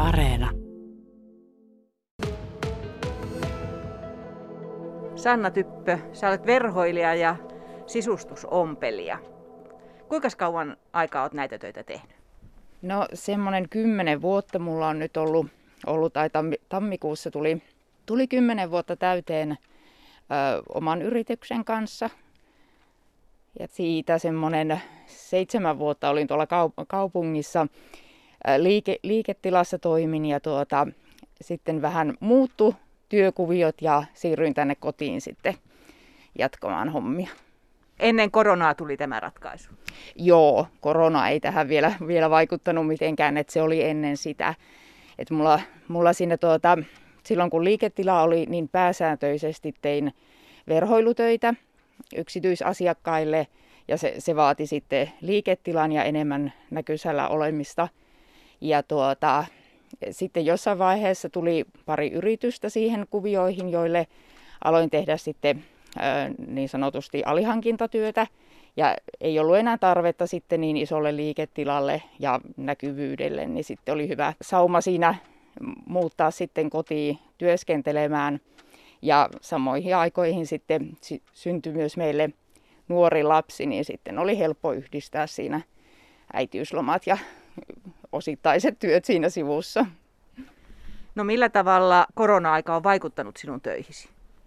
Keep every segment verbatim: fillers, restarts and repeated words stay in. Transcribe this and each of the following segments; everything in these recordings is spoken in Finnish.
Areena. Sanna Typpö, sä olet verhoilija ja sisustusompelija. Kuinka kauan aikaa olet näitä töitä tehnyt? No semmoinen kymmenen vuotta mulla on nyt ollut, ollut tai tammikuussa tuli, tuli kymmenen vuotta täyteen ö, oman yrityksen kanssa. Ja siitä semmoinen seitsemän vuotta olin tuolla kaup- kaupungissa liike- liiketilassa toimin ja tuota, sitten vähän muuttu työkuviot ja siirryin tänne kotiin sitten jatkamaan hommia. Ennen koronaa tuli tämä ratkaisu? Joo, korona ei tähän vielä, vielä vaikuttanut mitenkään, että se oli ennen sitä. Että mulla, mulla siinä tuota, silloin kun liiketila oli, niin pääsääntöisesti tein verhoilutöitä yksityisasiakkaille ja se, se vaati sitten liiketilan ja enemmän näkysällä olemista. Ja tuota, sitten jossain vaiheessa tuli pari yritystä siihen kuvioihin, joille aloin tehdä sitten niin sanotusti alihankintatyötä ja ei ollut enää tarvetta sitten niin isolle liiketilalle ja näkyvyydelle, niin sitten oli hyvä sauma siinä muuttaa sitten kotiin työskentelemään ja samoihin aikoihin sitten syntyi myös meille nuori lapsi, niin sitten oli helppo yhdistää siinä äitiyslomat ja osittaiset työt siinä sivussa. No millä tavalla korona-aika on vaikuttanut sinun töihisi?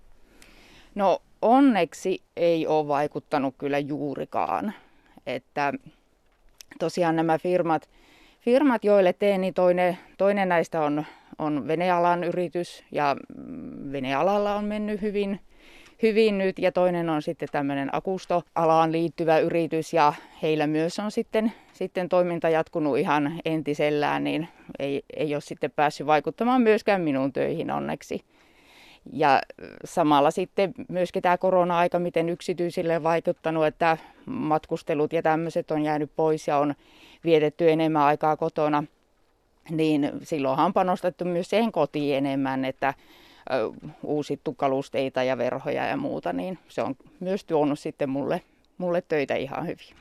No onneksi ei ole vaikuttanut kyllä juurikaan. Että tosiaan nämä firmat, firmat joille teen, niin toinen, toinen näistä on, on venealan yritys ja venealalla on mennyt hyvin, hyvin nyt ja toinen on sitten tämmöinen akustoalaan liittyvä yritys ja heillä myös on sitten, sitten toiminta jatkunut ihan entisellään, niin ei, ei ole sitten päässyt vaikuttamaan myöskään minun töihin onneksi. Ja samalla sitten myöskin tämä korona-aika, miten yksityisille on vaikuttanut, että matkustelut ja tämmöiset on jäänyt pois ja on vietetty enemmän aikaa kotona, niin silloinhan on panostettu myös siihen kotiin enemmän, että uusittu kalusteita ja verhoja ja muuta, niin se on myös tuonut sitten mulle, mulle töitä ihan hyvin.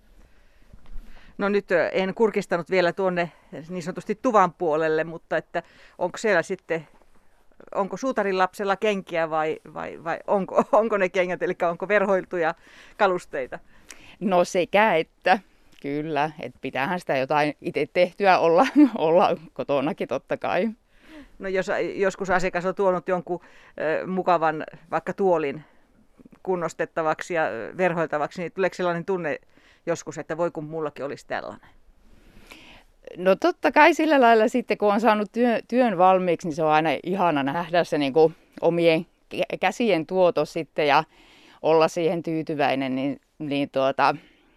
No nyt en kurkistanut vielä tuonne niin sanotusti tuvan puolelle, mutta että onko siellä sitten, onko suutarin lapsella kenkiä vai, vai, vai onko, onko ne kengät, eli onko verhoiltuja kalusteita? No sekä että, kyllä, että pitäähän sitä jotain itse tehtyä olla, olla kotonakin totta kai. No jos joskus asiakas on tuonut jonkun äh, mukavan vaikka tuolin kunnostettavaksi ja verhoiltavaksi, niin tuleeko sellainen tunne joskus, että voi kun mullakin olisi tällainen? No totta kai sillä lailla sitten, kun on saanut työ, työn valmiiksi, niin se on aina ihana nähdä se niin kuin omien käsien tuotos sitten ja olla siihen tyytyväinen, niin, niin tuota,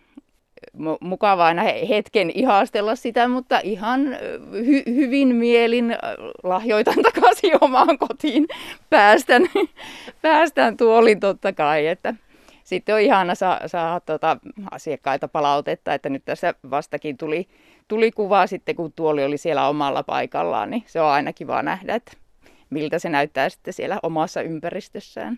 mukava aina hetken ihastella sitä, mutta ihan hy- hyvin mielin lahjoitan takaisin omaan kotiin. Päästän, päästän tuolin totta kai, että sitten on ihana saa, saa tota, asiakkaita palautetta, että nyt tässä vastakin tuli, tuli kuva sitten, kun tuoli oli siellä omalla paikallaan, niin se on aina kiva nähdä, että miltä se näyttää sitten siellä omassa ympäristössään.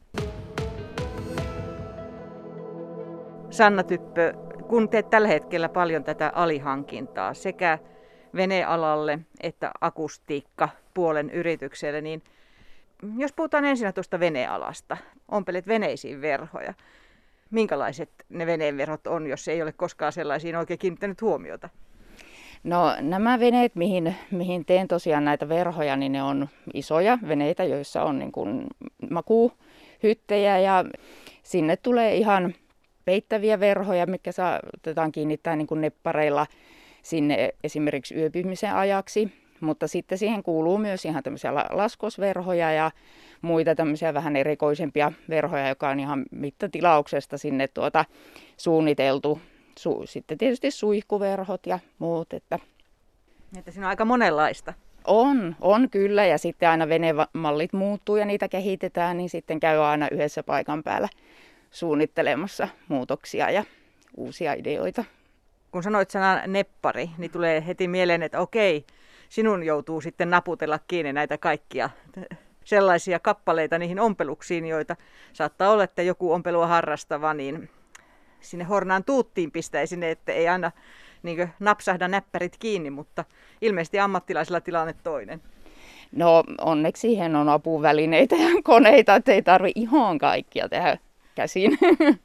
Sanna Typpö, kun teet tällä hetkellä paljon tätä alihankintaa sekä venealalle että akustiikkapuolen yritykselle, niin jos puhutaan ensin tuosta venealasta, ompelet veneisiin verhoja. Minkälaiset ne veneenverhot on, jos ei ole koskaan sellaisiin oikein kiinnittänyt huomiota? No nämä veneet, mihin, mihin teen tosiaan näitä verhoja, niin ne on isoja veneitä, joissa on niin kuin makuuhyttejä ja sinne tulee ihan peittäviä verhoja, mitkä saatetaan kiinnittää niin kuin neppareilla sinne esimerkiksi yöpymisen ajaksi. Mutta sitten siihen kuuluu myös ihan tämmöisiä laskosverhoja ja muita tämmöisiä vähän erikoisempia verhoja, joka on ihan mittatilauksesta sinne tuota suunniteltu. Su- sitten tietysti suihkuverhot ja muut. Että että siinä on aika monenlaista. On, on kyllä ja sitten aina venemallit muuttuu ja niitä kehitetään, niin sitten käy aina yhdessä paikan päällä suunnittelemassa muutoksia ja uusia ideoita. Kun sanoit sanan neppari, niin tulee heti mieleen, että okei, sinun joutuu sitten naputella kiinni näitä kaikkia sellaisia kappaleita niihin ompeluksiin, joita saattaa olla, että joku ompelua harrastava, niin sinne hornaan tuuttiin pistäisi ne, että ei aina niin napsahda näppärit kiinni, mutta ilmeisesti ammattilaisilla tilanne toinen. No onneksi siihen on apuvälineitä ja koneita, että ei tarvitse ihan kaikkia tehdä käsin.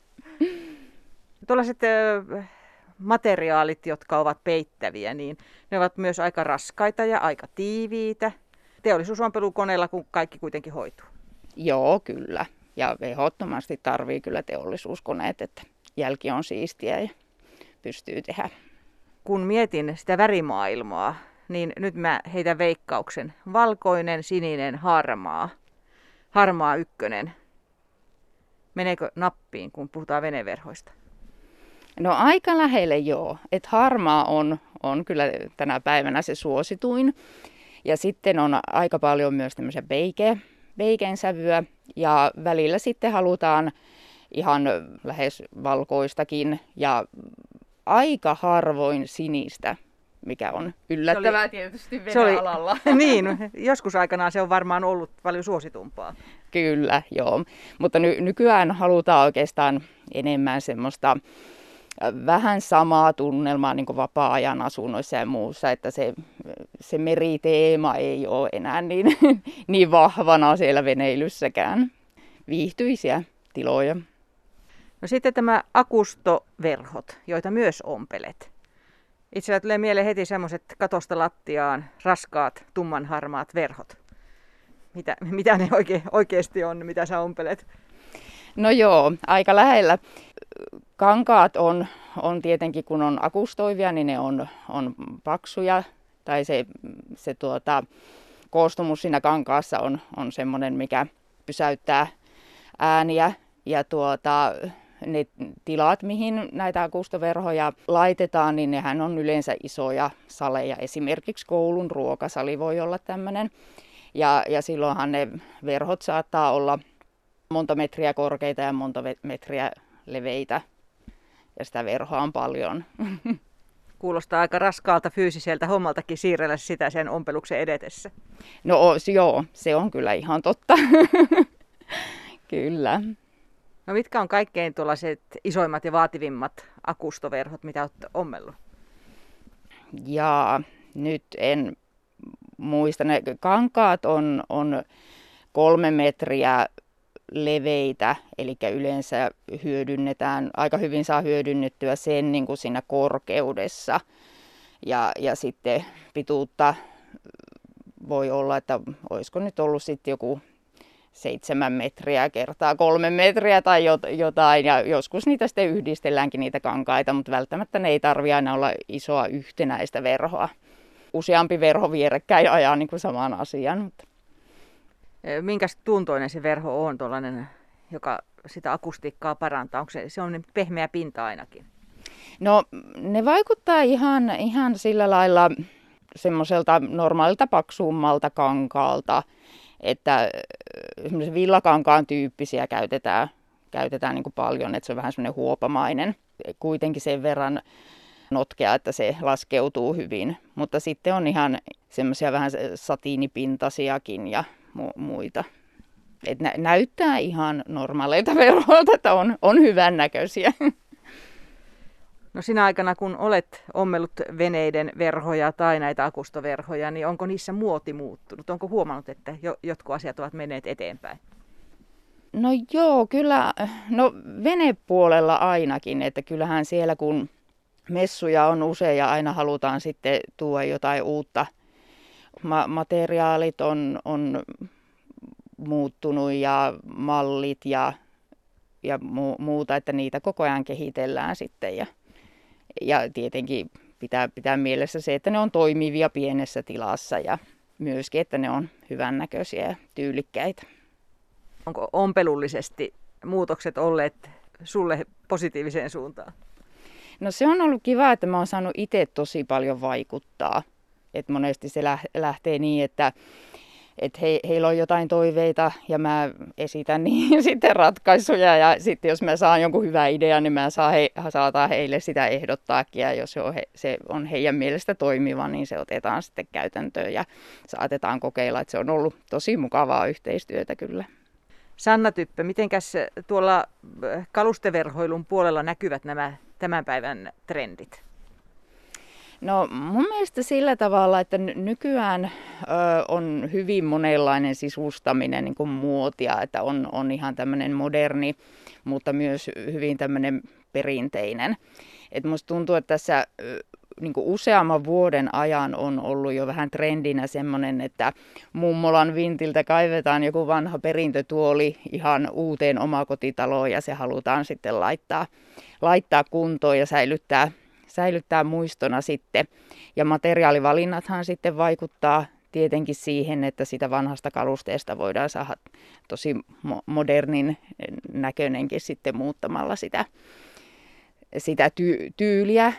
Tuollaiset materiaalit, jotka ovat peittäviä, niin ne ovat myös aika raskaita ja aika tiiviitä. Teollisuusompelukoneella, kun kaikki kuitenkin hoituu. Joo, kyllä. Ja ehdottomasti tarvii kyllä teollisuuskoneet, että jälki on siistiä ja pystyy tehdä. Kun mietin sitä värimaailmaa, niin nyt mä heitän veikkauksen. Valkoinen, sininen, harmaa. Harmaa ykkönen. Meneekö nappiin, kun puhutaan veneverhoista? No aika lähelle joo. Et harmaa on, on kyllä tänä päivänä se suosituin. Ja sitten on aika paljon myös tämmöisiä beige, beigeen sävyä. Ja välillä sitten halutaan ihan lähes valkoistakin ja aika harvoin sinistä, mikä on yllättävää oli, tietysti venealalla. Niin, joskus aikanaan se on varmaan ollut paljon suositumpaa. Kyllä, joo. Mutta ny- nykyään halutaan oikeastaan enemmän semmoista vähän samaa tunnelmaa niin kuin vapaa-ajan asunnoissa ja muussa, että se, se meriteema ei ole enää niin, niin vahvana siellä veneilyssäkään. Viihtyisiä tiloja. No sitten tämä akustoverhot, joita myös ompelet. Itsellä tulee mieleen heti semmoiset katosta lattiaan raskaat, tummanharmaat verhot. Mitä, mitä ne oike, oikeasti on, mitä sä ompelet? No joo, aika lähellä. Kankaat on, on tietenkin, kun on akustoivia, niin ne on, on paksuja. Tai se, se tuota, koostumus siinä kankaassa on, on semmoinen, mikä pysäyttää ääniä. Ja tuota, ne tilat, mihin näitä akustoverhoja laitetaan, niin nehän on yleensä isoja saleja. Esimerkiksi koulun ruokasali voi olla tämmöinen. Ja, ja silloinhan ne verhot saattaa olla monta metriä korkeita ja monta metriä leveitä. Ja sitä verhoa on paljon. Kuulostaa aika raskaalta fyysiseltä hommaltakin siirrellä sitä sen ompeluksen edetessä. No joo, se on kyllä ihan totta. Kyllä. No mitkä on kaikkein tuollaiset isoimmat ja vaativimmat akustoverhot, mitä olet ommellut? Jaa, nyt en muista. Ne kankaat on, on kolme metriä leveitä, eli yleensä hyödynnetään, aika hyvin saa hyödynnettyä sen niin kuin siinä korkeudessa. Ja, ja sitten pituutta voi olla, että olisiko nyt ollut sitten joku seitsemän metriä kertaa kolme metriä tai jotain. Ja joskus niitä sitten yhdistelläänkin niitä kankaita, mutta välttämättä ne ei tarvitse aina olla isoa yhtenäistä verhoa. Useampi verho vierekkäin ajaa niin kuin saman asian. Mutta minkäs tuntoinen se verho on, tuollainen, joka sitä akustiikkaa parantaa? Onko se, se on pehmeä pinta ainakin? No ne vaikuttaa ihan, ihan sillä lailla semmoiselta normaalilta paksuummalta kankaalta, että semmoisen villakankaan tyyppisiä käytetään, käytetään niin kuin paljon, että se on vähän semmoinen huopamainen. Kuitenkin sen verran notkea, että se laskeutuu hyvin, mutta sitten on ihan semmoisia vähän satiinipintaisiakin ja mu- muita. Et nä- näyttää ihan normaaleilta verhoilta, että on, on hyvän näköisiä. No sinä aikana, kun olet ommellut veneiden verhoja tai näitä akustoverhoja, niin onko niissä muoti muuttunut? Onko huomannut, että jo, jotkut asiat ovat menneet eteenpäin? No joo, kyllä. No venepuolella ainakin, että kyllähän siellä kun messuja on usein ja aina halutaan sitten tuoda jotain uutta. Ma- materiaalit on, on muuttunut ja mallit ja, ja mu- muuta, että niitä koko ajan kehitellään sitten. Ja, ja tietenkin pitää pitää mielessä se, että ne on toimivia pienessä tilassa ja myöskin, että ne on hyvännäköisiä ja tyylikkäitä. Onko ompelullisesti muutokset olleet sulle positiiviseen suuntaan? No se on ollut kiva, että mä oon saanut itse tosi paljon vaikuttaa. Et monesti se lähtee niin, että et he, heillä on jotain toiveita ja mä esitän niin sitten ratkaisuja. Ja sitten jos mä saan jonkun hyvän idean, niin mä saan he, saatan heille sitä ehdottaakin. Ja jos se on, he, se on heidän mielestä toimiva, niin se otetaan sitten käytäntöön ja saatetaan kokeilla. Et se on ollut tosi mukavaa yhteistyötä kyllä. Sanna Typpö, mitenkäs tuolla kalusteverhoilun puolella näkyvät nämä tämän päivän trendit? No mun mielestä sillä tavalla, että nykyään ö, on hyvin monenlainen sisustaminen niin kuin muotia, että on, on ihan tämmöinen moderni, mutta myös hyvin tämmöinen perinteinen. Et musta tuntuu, että tässä ö, niin kuin useamman vuoden ajan on ollut jo vähän trendinä semmoinen, että mummolan vintiltä kaivetaan joku vanha perintötuoli ihan uuteen omakotitaloon ja se halutaan sitten laittaa, laittaa kuntoon ja säilyttää säilyttää muistona sitten. Ja materiaalivalinnathan sitten vaikuttaa tietenkin siihen, että sitä vanhasta kalusteesta voidaan saada tosi modernin näköinenkin sitten muuttamalla sitä, sitä ty- tyyliä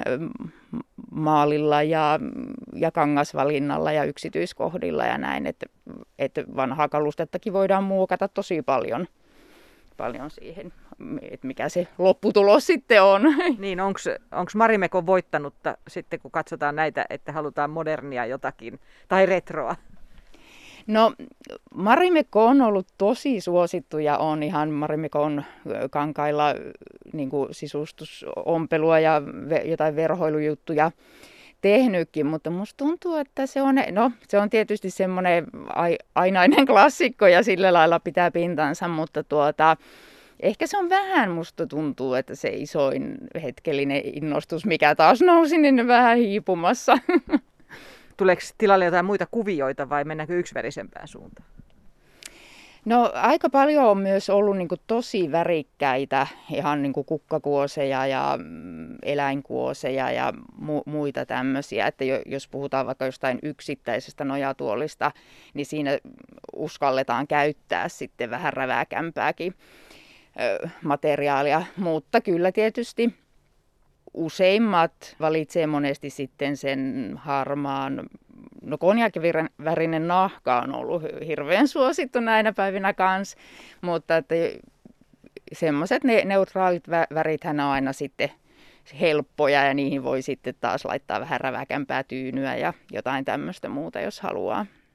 maalilla ja, ja kangasvalinnalla ja yksityiskohdilla ja näin, että, että vanhaa kalustettakin voidaan muokata tosi paljon. paljon siihen, että mikä se lopputulos sitten on. Niin, onko Marimekko voittanutta sitten, kun katsotaan näitä, että halutaan modernia jotakin tai retroa? No, Marimekko on ollut tosi suosittu ja on ihan Marimekon kankailla niin kuin sisustusompelua ja jotain verhoilujuttuja tehnytkin, mutta musta tuntuu, että se on, no, se on tietysti semmoinen ainainen klassikko ja sillä lailla pitää pintansa, mutta tuota, ehkä se on vähän, musta tuntuu, että se isoin hetkellinen innostus, mikä taas nousi, niin vähän hiipumassa. Tuleeko tilalle jotain muita kuvioita vai mennäänkö yksivärisempään suuntaan? No aika paljon on myös ollut niin kuin tosi värikkäitä, ihan niin kuin kukkakuoseja ja eläinkuoseja ja mu- muita tämmöisiä. Että jos puhutaan vaikka jostain yksittäisestä nojatuolista, niin siinä uskalletaan käyttää sitten vähän räväkämpääkin ö, materiaalia. Mutta kyllä tietysti useimmat valitsee monesti sitten sen harmaan. No konjakivärinen nahka on ollut hirveän suosittu näinä päivinä kanssa, mutta että semmoiset ne, neutraalit värithän on aina sitten helppoja ja niihin voi sitten taas laittaa vähän räväkämpää tyynyä ja jotain tämmöistä muuta, jos haluaa.